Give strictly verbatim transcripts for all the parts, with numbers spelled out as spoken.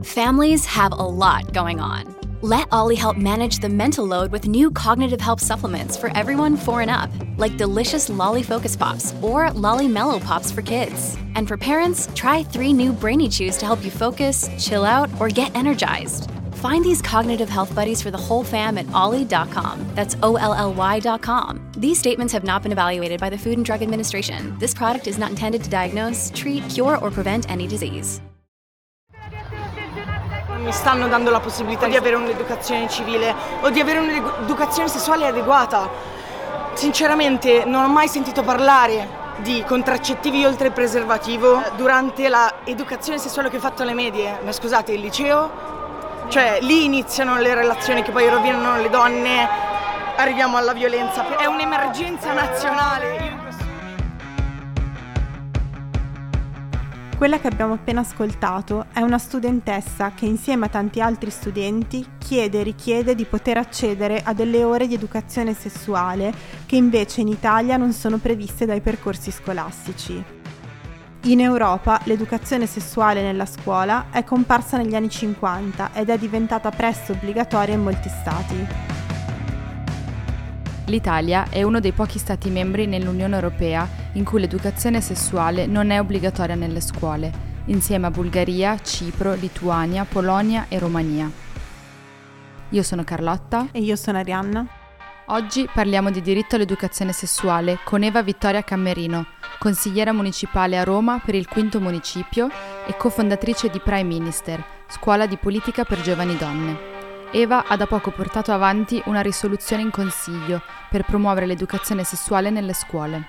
Families have a lot going on. Let Ollie help manage the mental load with new cognitive help supplements for everyone four and up, like delicious Lolly Focus Pops or Lolly Mellow Pops for kids. And for parents, try three new Brainy Chews to help you focus, chill out, or get energized. Find these cognitive health buddies for the whole fam at ollie dot com. That's O L L Y dot com. These statements have not been evaluated by the Food and Drug Administration. This product is not intended to diagnose, treat, cure, or prevent any disease. Mi stanno dando la possibilità di avere un'educazione civile o di avere un'educazione sessuale adeguata. Sinceramente non ho mai sentito parlare di contraccettivi oltre il preservativo durante la educazione sessuale che ho fatto alle medie. Ma scusate, il liceo? Cioè lì iniziano le relazioni che poi rovinano le donne, arriviamo alla violenza. È un'emergenza nazionale. Quella che abbiamo appena ascoltato è una studentessa che insieme a tanti altri studenti chiede e richiede di poter accedere a delle ore di educazione sessuale che invece in Italia non sono previste dai percorsi scolastici. In Europa l'educazione sessuale nella scuola è comparsa negli anni cinquanta ed è diventata presto obbligatoria in molti stati. L'Italia è uno dei pochi stati membri nell'Unione Europea in cui l'educazione sessuale non è obbligatoria nelle scuole, insieme a Bulgaria, Cipro, Lituania, Polonia e Romania. Io sono Carlotta. E io sono Arianna. Oggi parliamo di diritto all'educazione sessuale con Eva Vittoria Cammerino, consigliera municipale a Roma per il quinto municipio e cofondatrice di Prime Minister, scuola di politica per giovani donne. Eva ha da poco portato avanti una risoluzione in Consiglio per promuovere l'educazione sessuale nelle scuole.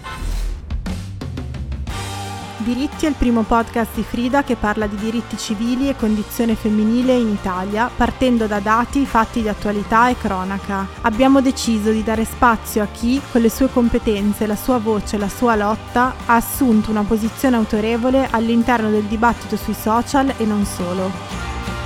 Diritti è il primo podcast di Frida che parla di diritti civili e condizione femminile in Italia, partendo da dati, fatti di attualità e cronaca. Abbiamo deciso di dare spazio a chi, con le sue competenze, la sua voce e la sua lotta, ha assunto una posizione autorevole all'interno del dibattito sui social e non solo.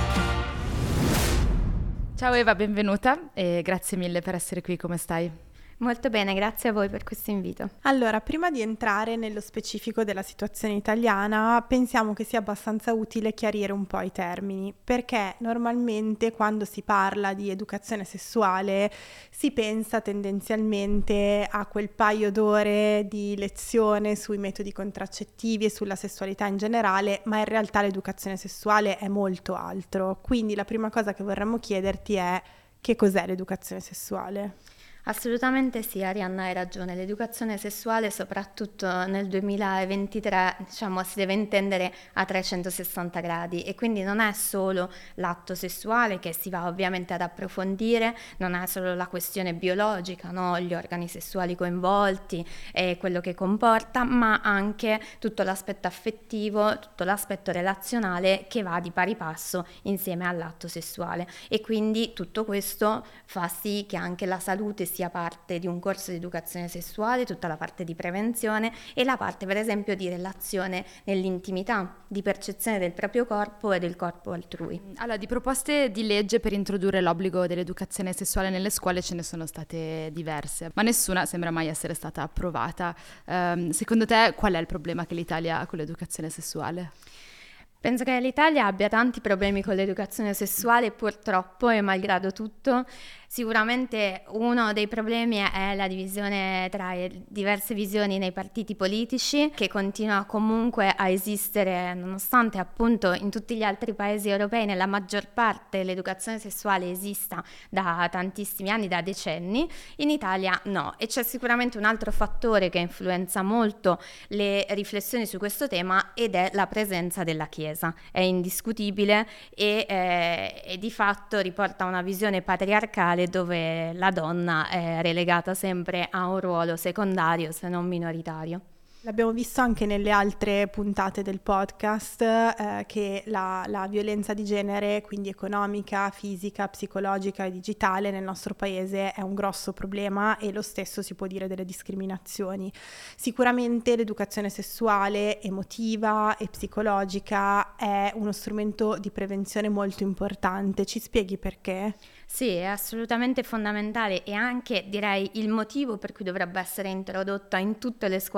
Ciao Eva, benvenuta e grazie mille per essere qui, come stai? Molto bene, grazie a voi per questo invito. Allora, prima di entrare nello specifico della situazione italiana, pensiamo che sia abbastanza utile chiarire un po' i termini, perché normalmente quando si parla di educazione sessuale si pensa tendenzialmente a quel paio d'ore di lezione sui metodi contraccettivi e sulla sessualità in generale, ma in realtà l'educazione sessuale è molto altro. Quindi la prima cosa che vorremmo chiederti è: che cos'è l'educazione sessuale? Assolutamente sì, Arianna, hai ragione. L'educazione sessuale, soprattutto nel duemilaventitré, diciamo, si deve intendere a trecentosessanta gradi, e quindi non è solo l'atto sessuale che si va ovviamente ad approfondire, non è solo la questione biologica, no? Gli organi sessuali coinvolti e quello che comporta, ma anche tutto l'aspetto affettivo, tutto l'aspetto relazionale che va di pari passo insieme all'atto sessuale, e quindi tutto questo fa sì che anche la salute sia parte di un corso di educazione sessuale, tutta la parte di prevenzione e la parte per esempio di relazione nell'intimità, di percezione del proprio corpo e del corpo altrui. Allora, di proposte di legge per introdurre l'obbligo dell'educazione sessuale nelle scuole ce ne sono state diverse, ma nessuna sembra mai essere stata approvata. Um, secondo te qual è il problema che l'Italia ha con l'educazione sessuale? Penso che l'Italia abbia tanti problemi con l'educazione sessuale, purtroppo, e malgrado tutto. Sicuramente uno dei problemi è la divisione tra diverse visioni nei partiti politici, che continua comunque a esistere nonostante appunto in tutti gli altri paesi europei, nella maggior parte, l'educazione sessuale esista da tantissimi anni, da decenni. In Italia no, e c'è sicuramente un altro fattore che influenza molto le riflessioni su questo tema, ed è la presenza della Chiesa. È indiscutibile e, eh, e di fatto riporta una visione patriarcale dove la donna è relegata sempre a un ruolo secondario, se non minoritario. L'abbiamo visto anche nelle altre puntate del podcast, eh, che la, la violenza di genere, quindi economica, fisica, psicologica e digitale, nel nostro paese è un grosso problema, e lo stesso si può dire delle discriminazioni. Sicuramente l'educazione sessuale, emotiva e psicologica è uno strumento di prevenzione molto importante. Ci spieghi perché? Sì, è assolutamente fondamentale, e anche direi il motivo per cui dovrebbe essere introdotta in tutte le scuole d'Italia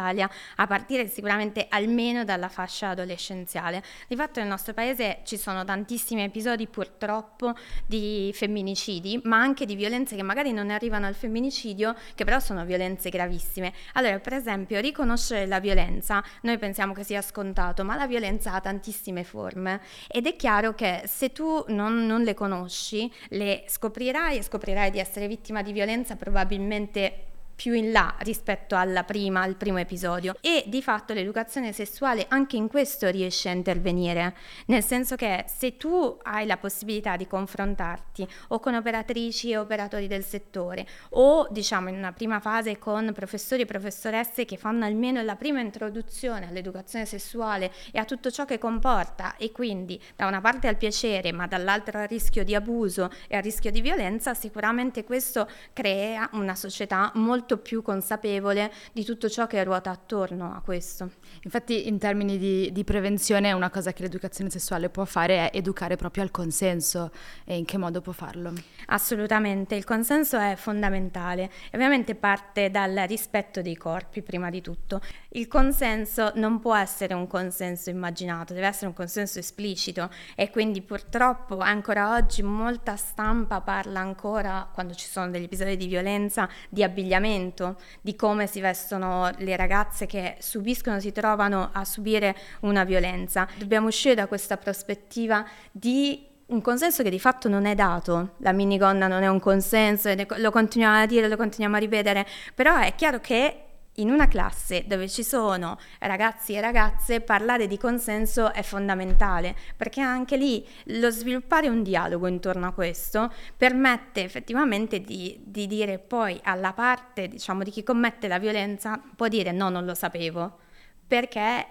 Italia, a partire sicuramente almeno dalla fascia adolescenziale. Di fatto nel nostro paese ci sono tantissimi episodi purtroppo di femminicidi, ma anche di violenze che magari non arrivano al femminicidio, che però sono violenze gravissime. Allora, per esempio, riconoscere la violenza, noi pensiamo che sia scontato, ma la violenza ha tantissime forme ed è chiaro che se tu non, non le conosci, le scoprirai e scoprirai di essere vittima di violenza probabilmente più in là rispetto alla prima, al primo episodio, e di fatto l'educazione sessuale anche in questo riesce a intervenire, nel senso che se tu hai la possibilità di confrontarti o con operatrici e operatori del settore o diciamo in una prima fase con professori e professoresse che fanno almeno la prima introduzione all'educazione sessuale e a tutto ciò che comporta, e quindi da una parte al piacere ma dall'altra al rischio di abuso e al rischio di violenza, sicuramente questo crea una società molto più consapevole di tutto ciò che ruota attorno a questo. Infatti in termini di, di prevenzione una cosa che l'educazione sessuale può fare è educare proprio al consenso. E in che modo può farlo? Assolutamente, il consenso è fondamentale, ovviamente parte dal rispetto dei corpi prima di tutto. Il consenso non può essere un consenso immaginato, deve essere un consenso esplicito, e quindi purtroppo ancora oggi molta stampa parla ancora, quando ci sono degli episodi di violenza, di abbigliamento, di come si vestono le ragazze che subiscono, si trovano a subire una violenza. Dobbiamo uscire da questa prospettiva di un consenso che di fatto non è dato. La minigonna non è un consenso, lo continuiamo a dire, lo continuiamo a ripetere, però è chiaro che in una classe dove ci sono ragazzi e ragazze parlare di consenso è fondamentale, perché anche lì lo sviluppare un dialogo intorno a questo permette effettivamente di, di dire poi alla parte, diciamo, di chi commette la violenza, può dire no, non lo sapevo, perché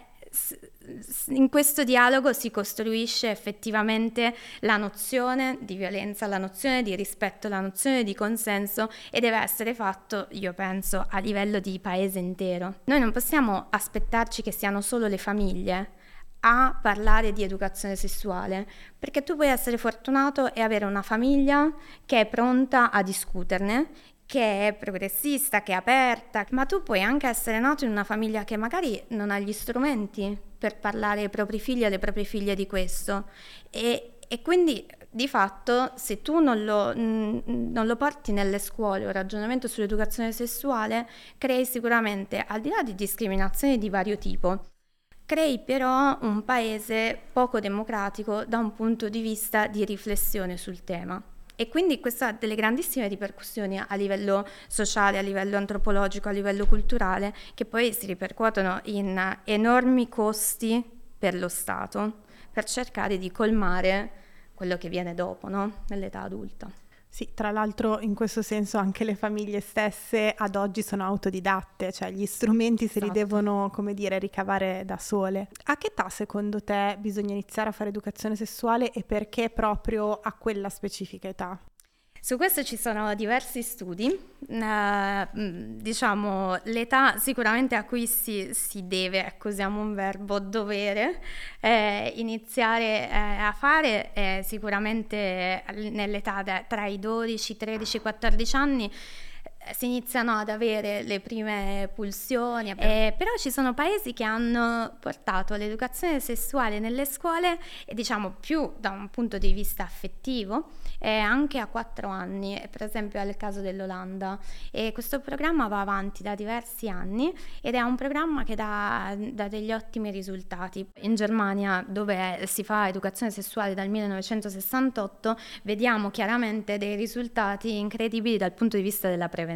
in questo dialogo si costruisce effettivamente la nozione di violenza, la nozione di rispetto, la nozione di consenso, e deve essere fatto, io penso, a livello di paese intero. Noi non possiamo aspettarci che siano solo le famiglie a parlare di educazione sessuale, perché tu puoi essere fortunato e avere una famiglia che è pronta a discuterne, che è progressista, che è aperta, ma tu puoi anche essere nato in una famiglia che magari non ha gli strumenti per parlare ai propri figli e alle proprie figlie di questo, e, e quindi di fatto se tu non lo, mh, non lo porti nelle scuole un ragionamento sull'educazione sessuale, crei sicuramente, al di là di discriminazioni di vario tipo, crei però un paese poco democratico da un punto di vista di riflessione sul tema. E quindi questo ha delle grandissime ripercussioni a livello sociale, a livello antropologico, a livello culturale, che poi si ripercuotono in enormi costi per lo Stato, per cercare di colmare quello che viene dopo, no? Nell'età adulta. Sì, tra l'altro in questo senso anche le famiglie stesse ad oggi sono autodidatte, cioè gli strumenti se Esatto. li devono, come dire, ricavare da sole. A che età secondo te bisogna iniziare a fare educazione sessuale e perché proprio a quella specifica età? Su questo ci sono diversi studi, uh, diciamo l'età sicuramente a cui si, si deve, ecco, usiamo un verbo, dovere, eh, iniziare eh, a fare eh, sicuramente nell'età de, tra i dodici, tredici, quattordici anni si iniziano ad avere le prime pulsioni, eh, però ci sono paesi che hanno portato l'educazione sessuale nelle scuole, e diciamo più da un punto di vista affettivo, eh, anche a quattro anni, per esempio è il caso dell'Olanda, e questo programma va avanti da diversi anni ed è un programma che dà, dà degli ottimi risultati. In Germania, dove si fa educazione sessuale dal millenovecentosessantotto, vediamo chiaramente dei risultati incredibili dal punto di vista della prevenzione,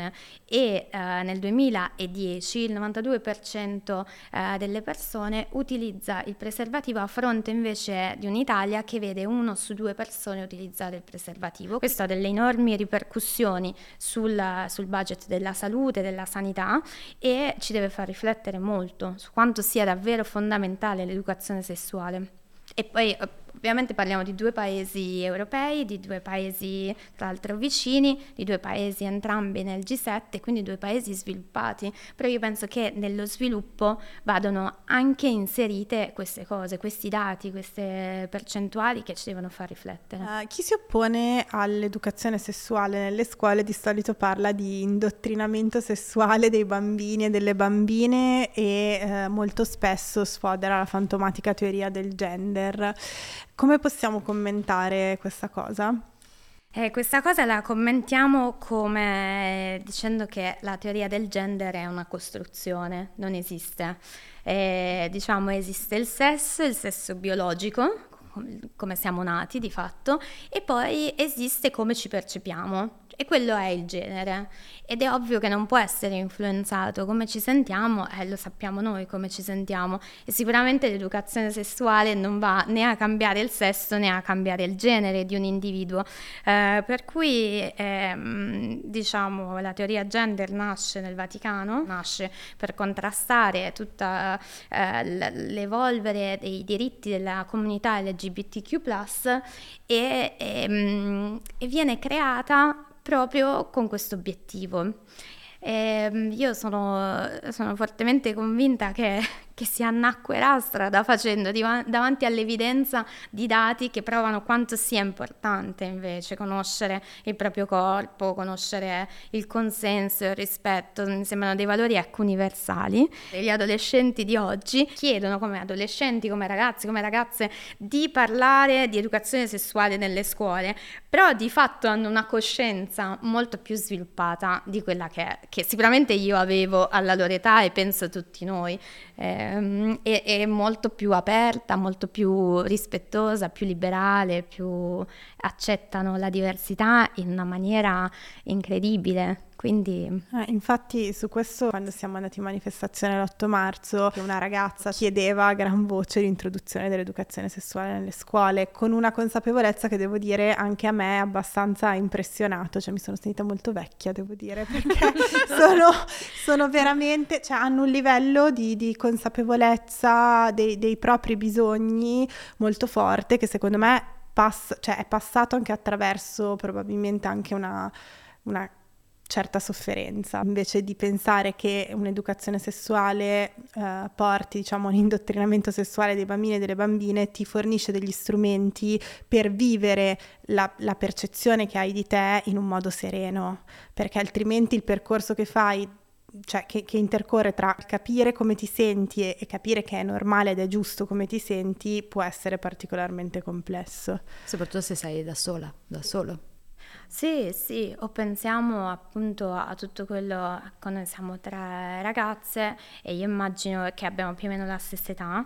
e eh, nel duemiladieci il novantadue per cento eh, delle persone utilizza il preservativo, a fronte invece di un'Italia che vede uno su due persone utilizzare il preservativo. Questo ha delle enormi ripercussioni sul, sul budget della salute, della sanità, e ci deve far riflettere molto su quanto sia davvero fondamentale l'educazione sessuale. E poi Ovviamente parliamo di due paesi europei, di due paesi tra l'altro vicini, di due paesi entrambi nel G sette, quindi due paesi sviluppati, però io penso che nello sviluppo vadano anche inserite queste cose, questi dati, queste percentuali che ci devono far riflettere. Uh, chi si oppone all'educazione sessuale nelle scuole di solito parla di indottrinamento sessuale dei bambini e delle bambine e uh, molto spesso sfodera la fantomatica teoria del gender. Come possiamo commentare questa cosa? Eh, questa cosa la commentiamo come dicendo che la teoria del gender è una costruzione, non esiste. Eh, diciamo esiste il sesso, il sesso biologico, come siamo nati di fatto, e poi esiste come ci percepiamo, e quello è il genere, ed è ovvio che non può essere influenzato. Come ci sentiamo, eh, lo sappiamo noi come ci sentiamo, e sicuramente l'educazione sessuale non va né a cambiare il sesso né a cambiare il genere di un individuo, eh, per cui eh, diciamo la teoria gender nasce nel Vaticano, nasce per contrastare tutta eh, l'evolvere dei diritti della comunità L G B T Q plus, e, e, e viene creata proprio con questo obiettivo. E io sono, sono fortemente convinta che, che si annacquerà strada facendo div- davanti all'evidenza di dati che provano quanto sia importante invece conoscere il proprio corpo, conoscere il consenso, il rispetto. Mi sembrano dei valori ecco universali. E gli adolescenti di oggi chiedono, come adolescenti, come ragazzi, come ragazze, di parlare di educazione sessuale nelle scuole, però di fatto hanno una coscienza molto più sviluppata di quella che è, che sicuramente io avevo alla loro età, e penso tutti noi, ehm, è, è molto più aperta, molto più rispettosa, più liberale, più accettano la diversità in una maniera incredibile. Quindi eh, infatti su questo, quando siamo andati in manifestazione l'otto marzo, una ragazza chiedeva a gran voce l'introduzione dell'educazione sessuale nelle scuole, con una consapevolezza che devo dire anche a me abbastanza impressionato, cioè mi sono sentita molto vecchia, devo dire, perché sono, sono veramente, cioè hanno un livello di, di consapevolezza dei, dei propri bisogni molto forte, che secondo me pass- cioè è passato anche attraverso probabilmente anche una, una certa sofferenza, invece di pensare che un'educazione sessuale eh, porti, diciamo, un indottrinamento sessuale dei bambini e delle bambine, ti fornisce degli strumenti per vivere la, la percezione che hai di te in un modo sereno, perché altrimenti il percorso che fai, cioè che, che intercorre tra capire come ti senti e, e capire che è normale ed è giusto come ti senti, può essere particolarmente complesso. Soprattutto se sei da sola, da solo. Sì, sì, o pensiamo appunto a tutto quello, quando siamo tre ragazze, e io immagino che abbiamo più o meno la stessa età,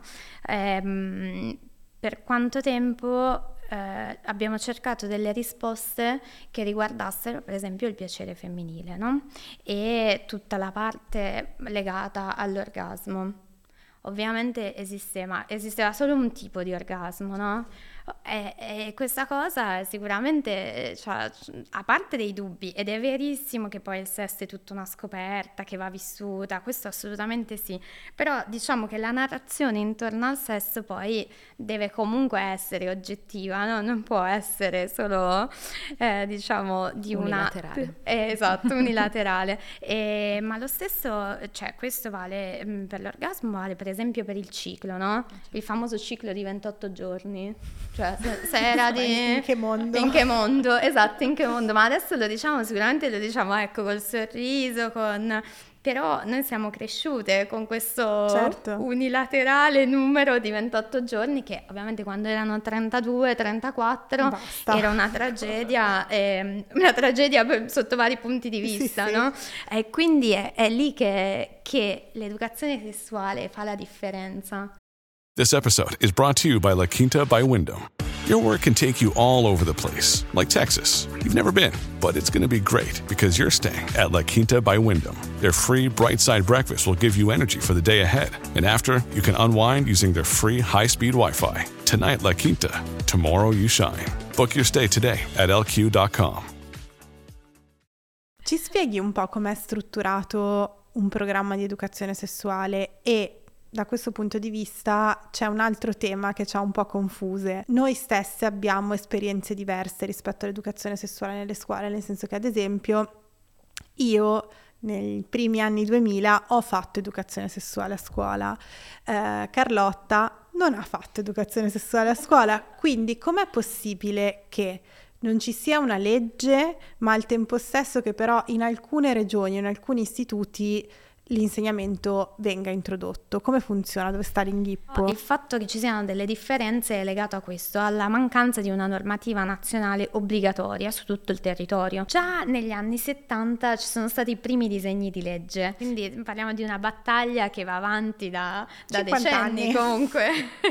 ehm, per quanto tempo eh, abbiamo cercato delle risposte che riguardassero per esempio il piacere femminile, no? E tutta la parte legata all'orgasmo. Ovviamente esisteva, esisteva solo un tipo di orgasmo, no? E, e questa cosa sicuramente, cioè, a parte dei dubbi, ed è verissimo che poi il sesso è tutta una scoperta che va vissuta, questo assolutamente sì, però diciamo che la narrazione intorno al sesso poi deve comunque essere oggettiva, no? Non può essere solo eh, diciamo di unilaterale. una eh, esatto, unilaterale. E, ma lo stesso, cioè questo vale mh, per l'orgasmo, vale per esempio per il ciclo, no? Il famoso ciclo di ventotto giorni. Cioè, se, se era di... In che mondo? In che mondo, esatto, in che mondo. Ma adesso lo diciamo, sicuramente lo diciamo, ecco, col sorriso, con... Però noi siamo cresciute con questo certo. unilaterale numero di ventotto giorni, che ovviamente quando erano trentadue, trentaquattro Basta. era una tragedia, eh, una tragedia sotto vari punti di vista, sì, no? sì. E quindi è, è lì che, che l'educazione sessuale fa la differenza. This episode is brought to you by La Quinta by Wyndham. Your work can take you all over the place, like Texas. You've never been, but it's going to be great because you're staying at La Quinta by Wyndham. Their free Bright Side breakfast will give you energy for the day ahead. And after, you can unwind using their free high-speed Wi-Fi. Tonight, La Quinta. Tomorrow, you shine. Book your stay today at L Q dot com. Ci spieghi un po' com'è strutturato un programma di educazione sessuale e da questo punto di vista c'è un altro tema che ci ha un po' confuse. Noi stesse abbiamo esperienze diverse rispetto all'educazione sessuale nelle scuole, nel senso che ad esempio io nei primi anni duemila ho fatto educazione sessuale a scuola, eh, Carlotta non ha fatto educazione sessuale a scuola, quindi com'è possibile che non ci sia una legge, ma al tempo stesso che però in alcune regioni, in alcuni istituti l'insegnamento venga introdotto? Come funziona? Dove sta l'inghippo? Il fatto che ci siano delle differenze è legato a questo, alla mancanza di una normativa nazionale obbligatoria su tutto il territorio. Già negli anni settanta ci sono stati i primi disegni di legge, quindi parliamo di una battaglia che va avanti da, da decenni anni. Comunque.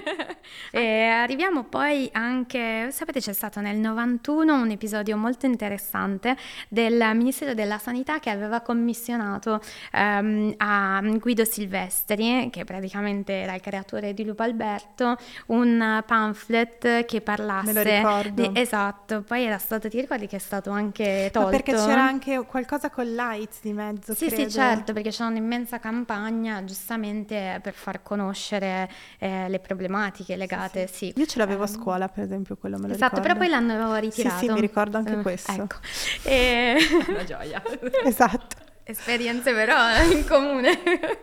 E arriviamo poi anche, sapete, c'è stato nel novantuno un episodio molto interessante del Ministero della Sanità che aveva commissionato um, a Guido Silvestri, che praticamente era il creatore di Lupo Alberto, un pamphlet che parlasse. Me lo ricordo. Di, esatto, poi era stato, ti ricordi che è stato anche tolto? Ma perché c'era anche qualcosa con l'AIDS di mezzo, sì, credo. Sì, certo, perché c'è un'immensa campagna giustamente per far conoscere eh, le problematiche legate, sì, sì. Io ce l'avevo a scuola, per esempio, quello me lo esatto, ricordo. Però poi l'hanno ritirato. Sì, sì, mi ricordo anche questo. Ecco. E... Una gioia. Esatto. Esperienze però in comune.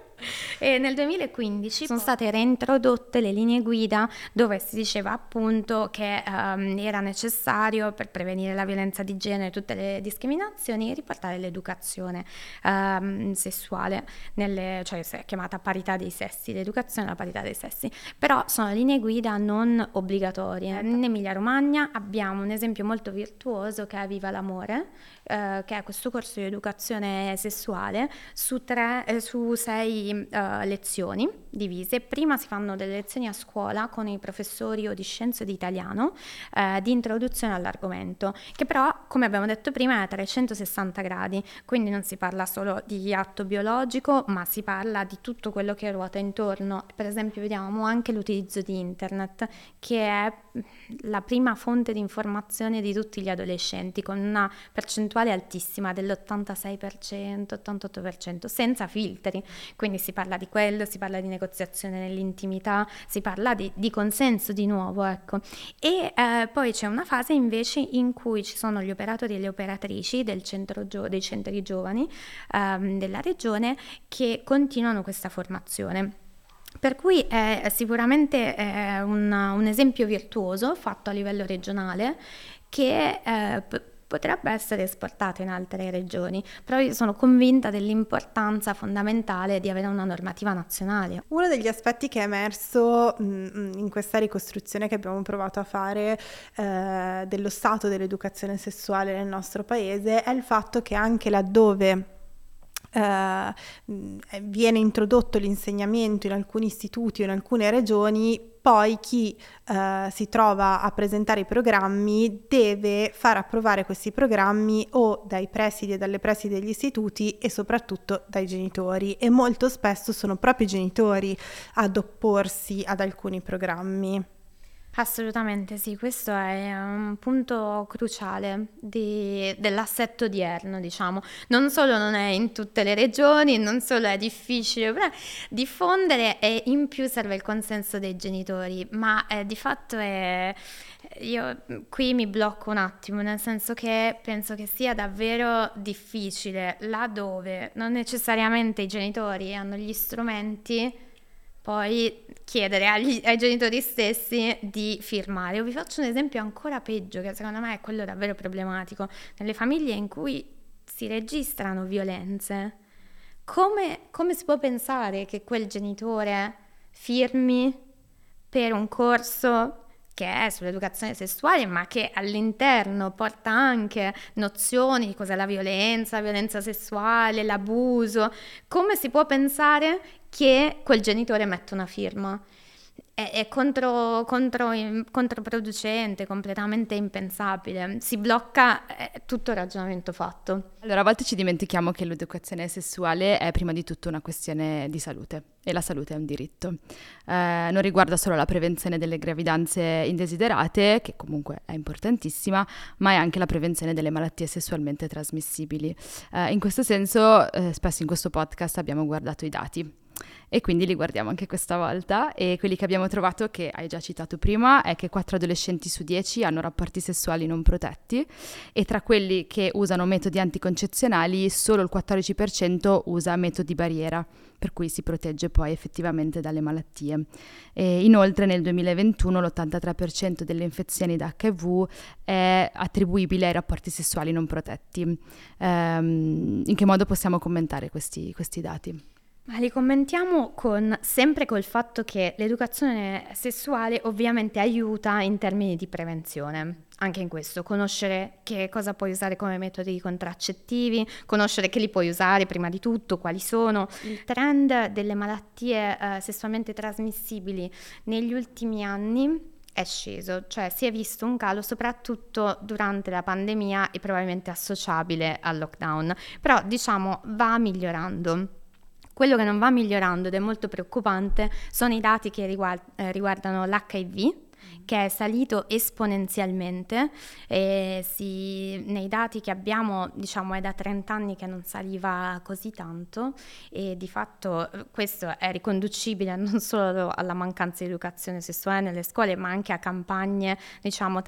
E nel duemilaquindici sono state reintrodotte le linee guida dove si diceva appunto che um, era necessario, per prevenire la violenza di genere e tutte le discriminazioni, riportare l'educazione um, sessuale, nelle, cioè è chiamata parità dei sessi, l'educazione alla parità dei sessi, però sono linee guida non obbligatorie. In Emilia Romagna abbiamo un esempio molto virtuoso che è Viva l'amore, eh, che è questo corso di educazione sessuale su, tre, eh, su sei Uh, lezioni divise. Prima si fanno delle lezioni a scuola con i professori o di scienze di italiano uh, di introduzione all'argomento, che però, come abbiamo detto prima, è a trecentosessanta gradi, quindi non si parla solo di atto biologico, ma si parla di tutto quello che ruota intorno. Per esempio vediamo anche l'utilizzo di internet, che è la prima fonte di informazione di tutti gli adolescenti, con una percentuale altissima dell'ottantasei per cento, ottantotto per cento, senza filtri. Quindi si parla di quello, si parla di negoziazione nell'intimità, si parla di, di consenso di nuovo, ecco. E eh, poi c'è una fase invece in cui ci sono gli operatori e le operatrici del centro gio- dei centri giovani ehm, della regione che continuano questa formazione. Per cui è sicuramente è un, un esempio virtuoso fatto a livello regionale che eh, p- potrebbe essere esportato in altre regioni, però io sono convinta dell'importanza fondamentale di avere una normativa nazionale. Uno degli aspetti che è emerso mh, in questa ricostruzione che abbiamo provato a fare eh, dello stato dell'educazione sessuale nel nostro paese è il fatto che anche laddove Uh, viene introdotto l'insegnamento in alcuni istituti o in alcune regioni, poi chi uh, si trova a presentare i programmi deve far approvare questi programmi o dai presidi e dalle presidi degli istituti e soprattutto dai genitori, e molto spesso sono proprio i genitori ad opporsi ad alcuni programmi. Assolutamente sì, questo è un punto cruciale di, dell'assetto odierno, diciamo. Non solo non è in tutte le regioni, non solo è difficile diffondere e in più serve il consenso dei genitori, ma eh, di fatto è... Io qui mi blocco un attimo, nel senso che penso che sia davvero difficile laddove non necessariamente i genitori hanno gli strumenti, poi chiedere agli, ai genitori stessi di firmare. Io vi faccio un esempio ancora peggio, che secondo me è quello davvero problematico. Nelle famiglie in cui si registrano violenze, come, come si può pensare che quel genitore firmi per un corso che è sull'educazione sessuale, ma che all'interno porta anche nozioni di cos'è la violenza, la violenza sessuale, l'abuso? Come si può pensare che quel genitore metta una firma? È, è contro, contro, controproducente, completamente impensabile. Si blocca eh, tutto il ragionamento fatto. Allora, a volte ci dimentichiamo che l'educazione sessuale è prima di tutto una questione di salute, e la salute è un diritto. Eh, non riguarda solo la prevenzione delle gravidanze indesiderate, che comunque è importantissima, ma è anche la prevenzione delle malattie sessualmente trasmissibili. Eh, in questo senso, eh, spesso in questo podcast abbiamo guardato i dati. e quindi li guardiamo anche questa volta. E quelli che abbiamo trovato, che hai già citato prima, è che quattro adolescenti su dieci hanno rapporti sessuali non protetti, e tra quelli che usano metodi anticoncezionali solo il quattordici per cento usa metodi barriera, per cui si protegge poi effettivamente dalle malattie. E inoltre nel duemilaventuno l'ottantatré per cento delle infezioni da acca i vu è attribuibile ai rapporti sessuali non protetti. Ehm, in che modo possiamo commentare questi, questi dati? Ma li commentiamo con, sempre col fatto che l'educazione sessuale ovviamente aiuta in termini di prevenzione. Anche in questo, conoscere che cosa puoi usare come metodi contraccettivi, conoscere che li puoi usare prima di tutto, quali sono. Il trend delle malattie eh, sessualmente trasmissibili negli ultimi anni è sceso, cioè si è visto un calo soprattutto durante la pandemia e probabilmente associabile al lockdown, però diciamo va migliorando. Quello che non va migliorando ed è molto preoccupante sono i dati che riguard- eh, riguardano l'H I V, che è salito esponenzialmente, e si, nei dati che abbiamo, diciamo, è da trenta anni che non saliva così tanto, e di fatto questo è riconducibile non solo alla mancanza di educazione sessuale nelle scuole, ma anche a campagne, diciamo,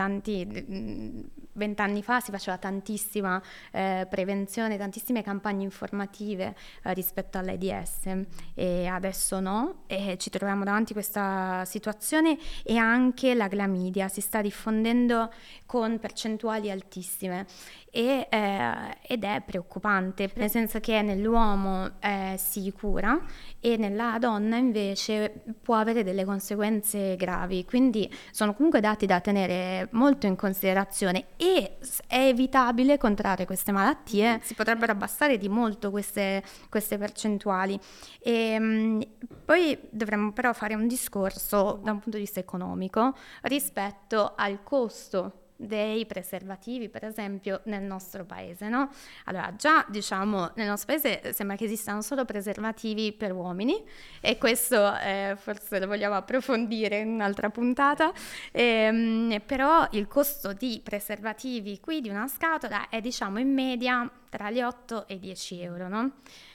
tanti vent'anni fa si faceva tantissima eh, prevenzione, tantissime campagne informative eh, rispetto all'AIDS, e adesso no, e ci troviamo davanti a questa situazione, e anche la glamidia si sta diffondendo con percentuali altissime, e, eh, ed è preoccupante, nel senso che nell'uomo eh, si cura e nella donna invece può avere delle conseguenze gravi, quindi sono comunque dati da tenere molto in considerazione, e è evitabile contrarre queste malattie, si potrebbero abbassare di molto queste, queste percentuali. E, mh, poi dovremmo però fare un discorso da un punto di vista economico rispetto al costo dei preservativi, per esempio, nel nostro paese, no? Allora, già diciamo nel nostro paese sembra che esistano solo preservativi per uomini, e questo eh, forse lo vogliamo approfondire in un'altra puntata, ehm, però il costo di preservativi qui di una scatola è, diciamo, in media tra gli otto e i dieci euro, no?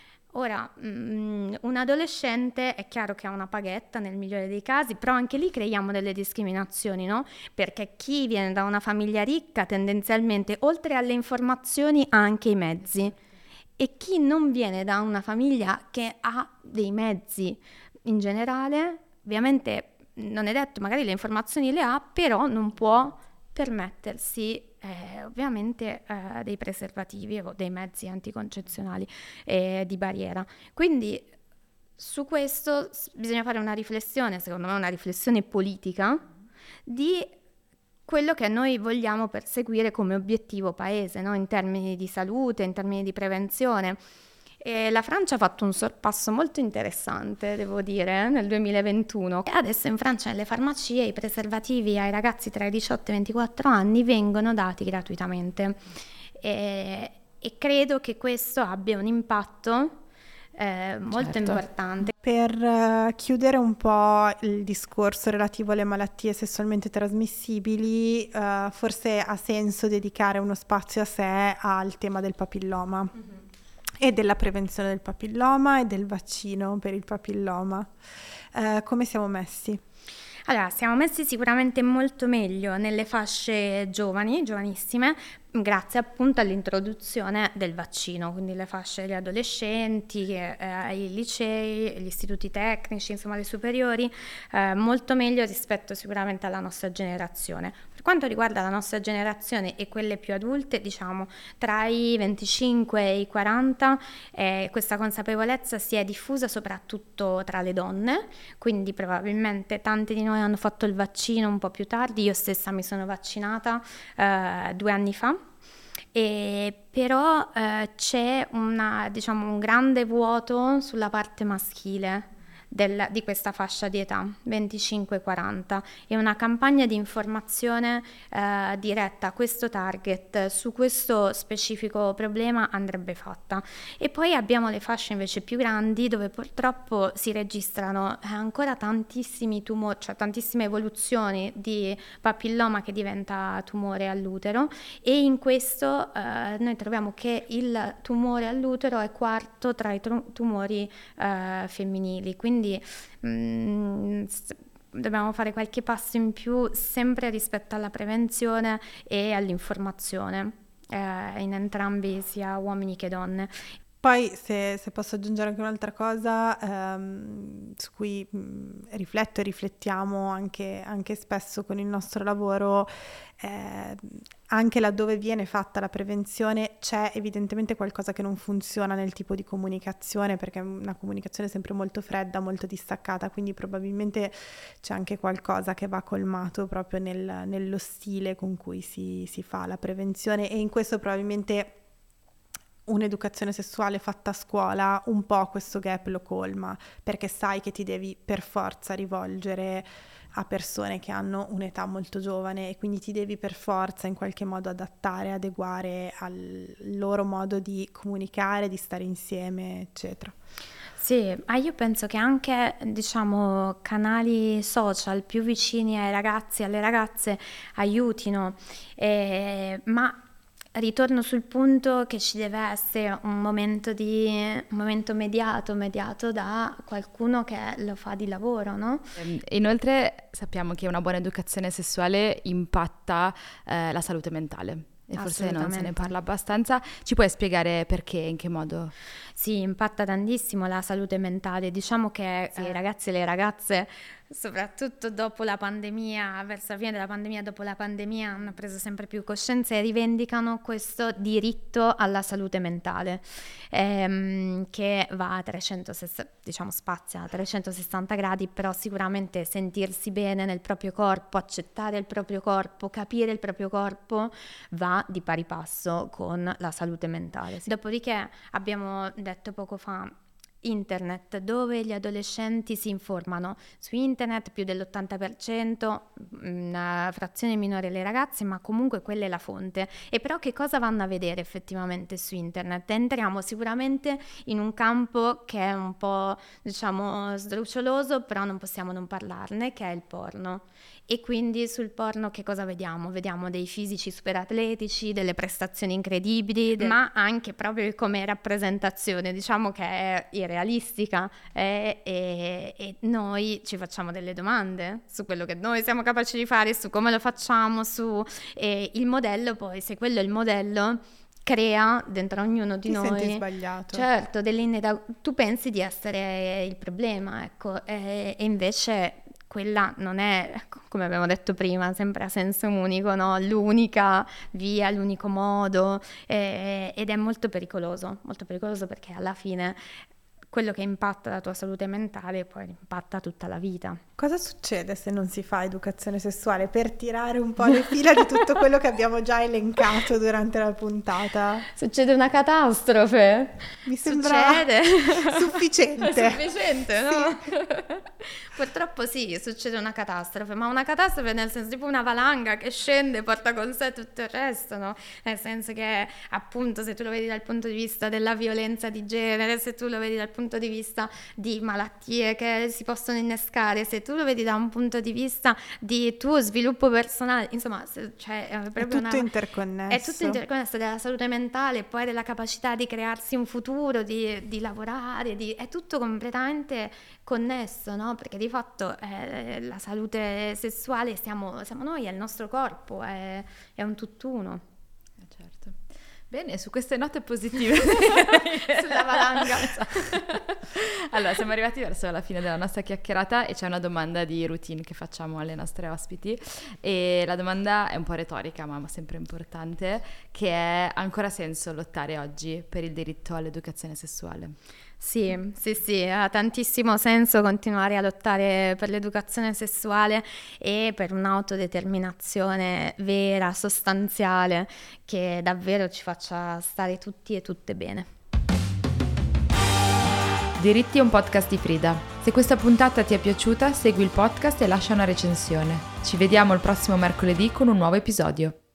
Ora, um, un adolescente è chiaro che ha una paghetta nel migliore dei casi, però anche lì creiamo delle discriminazioni, no? Perché chi viene da una famiglia ricca tendenzialmente, oltre alle informazioni, ha anche i mezzi, e chi non viene da una famiglia che ha dei mezzi in generale, ovviamente non è detto, magari le informazioni le ha, però non può permettersi eh, ovviamente eh, dei preservativi o dei mezzi anticoncezionali eh, di barriera. Quindi su questo bisogna fare una riflessione, secondo me una riflessione politica, di quello che noi vogliamo perseguire come obiettivo paese, no? In termini di salute, in termini di prevenzione. E la Francia ha fatto un sorpasso molto interessante, devo dire, nel duemilaventuno. Adesso in Francia nelle farmacie i preservativi ai ragazzi tra i diciotto e i ventiquattro anni vengono dati gratuitamente, e, e credo che questo abbia un impatto eh, molto certo. importante. Per uh, chiudere un po' il discorso relativo alle malattie sessualmente trasmissibili, uh, forse ha senso dedicare uno spazio a sé al tema del papilloma. Mm-hmm. E della prevenzione del papilloma e del vaccino per il papilloma. Eh, come siamo messi? Allora, siamo messi sicuramente molto meglio nelle fasce giovani, giovanissime, grazie appunto all'introduzione del vaccino, quindi le fasce degli adolescenti, eh, i licei, gli istituti tecnici, insomma le superiori, eh, molto meglio rispetto sicuramente alla nostra generazione. Per quanto riguarda la nostra generazione e quelle più adulte, diciamo tra i venticinque e i quaranta, eh, questa consapevolezza si è diffusa soprattutto tra le donne, quindi probabilmente tante di noi hanno fatto il vaccino un po' più tardi, io stessa mi sono vaccinata eh, due anni fa. E però eh, c'è una, diciamo, un grande vuoto sulla parte maschile del, di questa fascia di età, venticinque quaranta, e una campagna di informazione eh, diretta a questo target su questo specifico problema andrebbe fatta. E poi abbiamo le fasce invece più grandi, dove purtroppo si registrano ancora tantissimi tumori, cioè tantissime evoluzioni di papilloma che diventa tumore all'utero, e in questo eh, noi troviamo che il tumore all'utero è quarto tra i tumori eh, femminili, quindi mh, dobbiamo fare qualche passo in più sempre rispetto alla prevenzione e all'informazione eh, in entrambi, sia uomini che donne. Poi se, se posso aggiungere anche un'altra cosa ehm, su cui mh, rifletto e riflettiamo anche, anche spesso con il nostro lavoro, eh, anche laddove viene fatta la prevenzione c'è evidentemente qualcosa che non funziona nel tipo di comunicazione, perché è una comunicazione sempre molto fredda, molto distaccata, quindi probabilmente c'è anche qualcosa che va colmato proprio nel, nello stile con cui si, si fa la prevenzione, e in questo probabilmente un'educazione sessuale fatta a scuola un po' questo gap lo colma, perché sai che ti devi per forza rivolgere a persone che hanno un'età molto giovane e quindi ti devi per forza in qualche modo adattare, adeguare al loro modo di comunicare, di stare insieme, eccetera. Sì, ma io penso che anche, diciamo, canali social più vicini ai ragazzi e alle ragazze aiutino, eh, ma ritorno sul punto che ci deve essere un momento di un momento mediato, mediato da qualcuno che lo fa di lavoro, no? Inoltre sappiamo che una buona educazione sessuale impatta eh, la salute mentale. E forse non se ne parla abbastanza. Ci puoi spiegare perché, in che modo? Sì, impatta tantissimo la salute mentale. Diciamo che sì, i ragazzi e le ragazze, soprattutto dopo la pandemia, verso la fine della pandemia, dopo la pandemia, hanno preso sempre più coscienza e rivendicano questo diritto alla salute mentale, ehm, che va a trecentosessanta, diciamo spazia a trecentosessanta gradi, però sicuramente sentirsi bene nel proprio corpo, accettare il proprio corpo, capire il proprio corpo, va di pari passo con la salute mentale. Dopodiché abbiamo detto poco fa internet, dove gli adolescenti si informano. Su internet più dell'ottanta per cento, una frazione minore le ragazze, ma comunque quella è la fonte. E però che cosa vanno a vedere effettivamente su internet? Entriamo sicuramente in un campo che è un po', diciamo, sdruccioloso, però non possiamo non parlarne, che è il porno. E quindi sul porno che cosa vediamo? Vediamo dei fisici super atletici, delle prestazioni incredibili, de- ma anche proprio come rappresentazione, diciamo che è irrealistica, e, e, e noi ci facciamo delle domande su quello che noi siamo capaci di fare, su come lo facciamo, su e il modello poi, se quello è il modello, crea dentro ognuno di Ti noi, senti sbagliato. Certo, delle inneda- tu pensi di essere il problema, ecco, e, e invece quella non è, come abbiamo detto prima, sempre a senso unico, no? L'unica via, l'unico modo, eh, ed è molto pericoloso, molto pericoloso, perché alla fine quello che impatta la tua salute mentale poi impatta tutta la vita. Cosa succede se non si fa educazione sessuale, per tirare un po' le fila di tutto quello che abbiamo già elencato durante la puntata? Succede una catastrofe. Mi sembra succede. sufficiente. Sufficiente, no? Sì. Purtroppo sì, succede una catastrofe, ma una catastrofe nel senso tipo una valanga che scende e porta con sé tutto il resto, no? Nel senso che appunto, se tu lo vedi dal punto di vista della violenza di genere, se tu lo vedi dal punto di vista di malattie che si possono innescare, se tu lo vedi da un punto di vista di tuo sviluppo personale, insomma, cioè, è, proprio è tutto una, interconnesso. È tutto interconnesso, della salute mentale, poi della capacità di crearsi un futuro, di, di lavorare, di, è tutto completamente connesso, no? Perché di fatto eh, la salute sessuale siamo, siamo noi, è il nostro corpo, è, è un tutt'uno. Eh, certo. Bene, su queste note positive sulla valanga. Allora, siamo arrivati verso la fine della nostra chiacchierata e c'è una domanda di routine che facciamo alle nostre ospiti, e la domanda è un po' retorica ma sempre importante, che è: ha ancora senso lottare oggi per il diritto all'educazione sessuale? Sì, sì, sì, ha tantissimo senso continuare a lottare per l'educazione sessuale e per un'autodeterminazione vera, sostanziale, che davvero ci faccia stare tutti e tutte bene. Diritti è un podcast di Frida. Se questa puntata ti è piaciuta, segui il podcast e lascia una recensione. Ci vediamo il prossimo mercoledì con un nuovo episodio.